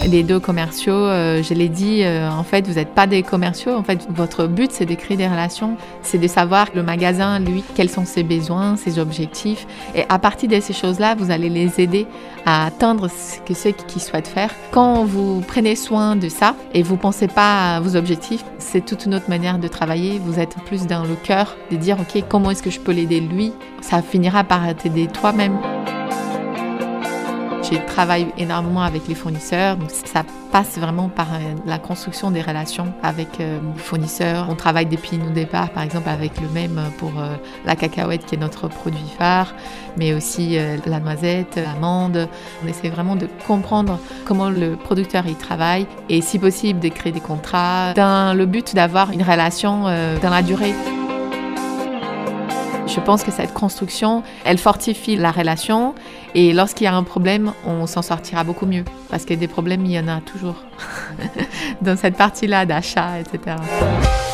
Les deux commerciaux, je l'ai dit, en fait, vous n'êtes pas des commerciaux. En fait, votre but, c'est de créer des relations. C'est de savoir le magasin, lui, quels sont ses besoins, ses objectifs. Et à partir de ces choses-là, vous allez les aider à atteindre ce qu'ils souhaitent faire. Quand vous prenez soin de ça et vous ne pensez pas à vos objectifs, c'est toute une autre manière de travailler. Vous êtes plus dans le cœur de dire, OK, comment est-ce que je peux l'aider lui? Ça finira par t'aider toi-même. Je travaille énormément avec les fournisseurs, donc ça passe vraiment par la construction des relations avec les fournisseurs. On travaille depuis nos départs, par exemple avec le même pour la cacahuète qui est notre produit phare, mais aussi la noisette, l'amande. On essaie vraiment de comprendre comment le producteur y travaille et si possible de créer des contrats dans le but d'avoir une relation dans la durée. Je pense que cette construction, elle fortifie la relation et lorsqu'il y a un problème, on s'en sortira beaucoup mieux parce que des problèmes, il y en a toujours dans cette partie-là d'achat, etc.